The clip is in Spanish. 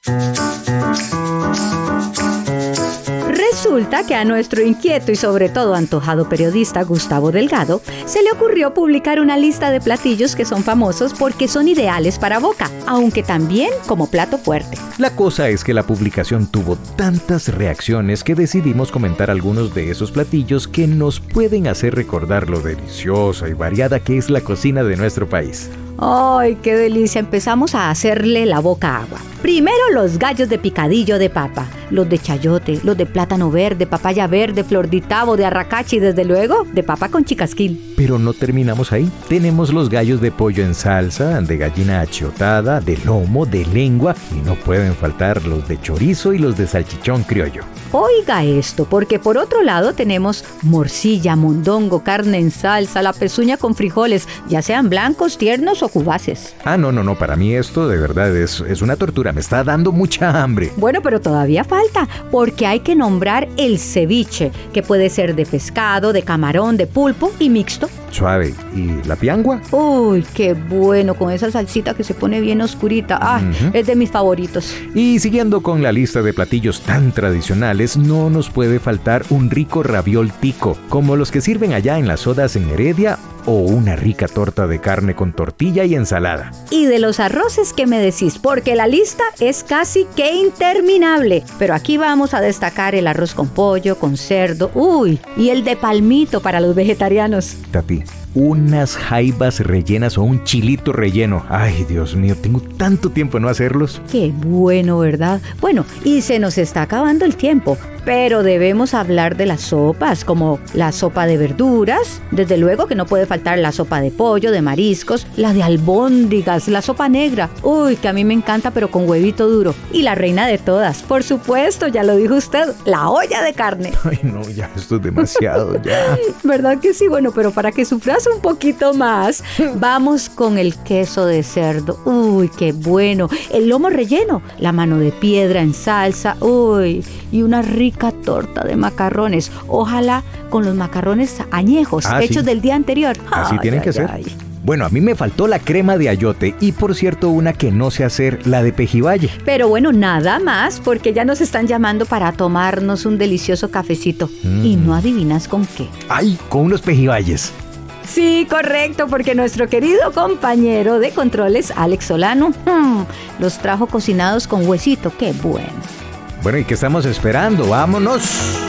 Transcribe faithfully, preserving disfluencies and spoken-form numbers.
Resulta que a nuestro inquieto y sobre todo antojado periodista Gustavo Delgado se le ocurrió publicar una lista de platillos que son famosos porque son ideales para boca, aunque también como plato fuerte. La cosa es que la publicación tuvo tantas reacciones que decidimos comentar algunos de esos platillos que nos pueden hacer recordar lo deliciosa y variada que es la cocina de nuestro país. ¡Ay, qué delicia! Empezamos a hacerle la boca agua. Primero los gallos de picadillo de papa, los de chayote, los de plátano verde, papaya verde, flor de tabo, de arracachi y desde luego de papa con chicasquil. Pero no terminamos ahí. Tenemos los gallos de pollo en salsa, de gallina achiotada, de lomo, de lengua y no pueden faltar los de chorizo y los de salchichón criollo. Oiga esto, porque por otro lado tenemos morcilla, mondongo, carne en salsa, la pezuña con frijoles, ya sean blancos, tiernos o cubaces. Ah, no, no, no, para mí esto de verdad es, es una tortura, me está dando mucha hambre. Bueno, pero todavía falta, porque hay que nombrar el ceviche, que puede ser de pescado, de camarón, de pulpo y mixto. Suave. ¿Y la piangua? Uy, qué bueno, con esa salsita que se pone bien oscurita. Ah, uh-huh. Es de mis favoritos. Y siguiendo con la lista de platillos tan tradicionales, no nos puede faltar un rico raviol tico, como los que sirven allá en las sodas en Heredia, o una rica torta de carne con tortilla y ensalada. Y de los arroces, ¿qué me decís? Porque la lista es casi que interminable. Pero aquí vamos a destacar el arroz con pollo, con cerdo, uy, y el de palmito para los vegetarianos. Tati, unas jaibas rellenas o un chilito relleno. Ay, Dios mío, tengo tanto tiempo de no hacerlos. Qué bueno, ¿verdad? Bueno, y se nos está acabando el tiempo, pero debemos hablar de las sopas, como la sopa de verduras, desde luego que no puede faltar la sopa de pollo, de mariscos, la de albóndigas, la sopa negra, uy, que a mí me encanta, pero con huevito duro, y la reina de todas, por supuesto, ya lo dijo usted, la olla de carne. Ay, no, ya, esto es demasiado, ya. ¿Verdad que sí? Bueno, pero para que sufras un poquito más, vamos con el queso de cerdo, uy, qué bueno, el lomo relleno, la mano de piedra en salsa, uy, y una rica torta de macarrones, ojalá con los macarrones añejos, ah, hechos sí. del día anterior. Así ay, tienen ay, que ser. Ay. Bueno, a mí me faltó la crema de ayote y por cierto una que no sé hacer, la de pejibaye. Pero bueno, nada más, porque ya nos están llamando para tomarnos un delicioso cafecito. Mm. Y no adivinas con qué. ¡Ay! Con unos pejibayes. Sí, correcto, porque nuestro querido compañero de controles, Alex Solano, mmm, los trajo cocinados con huesito. ¡Qué bueno! Bueno, ¿y qué estamos esperando? ¡Vámonos!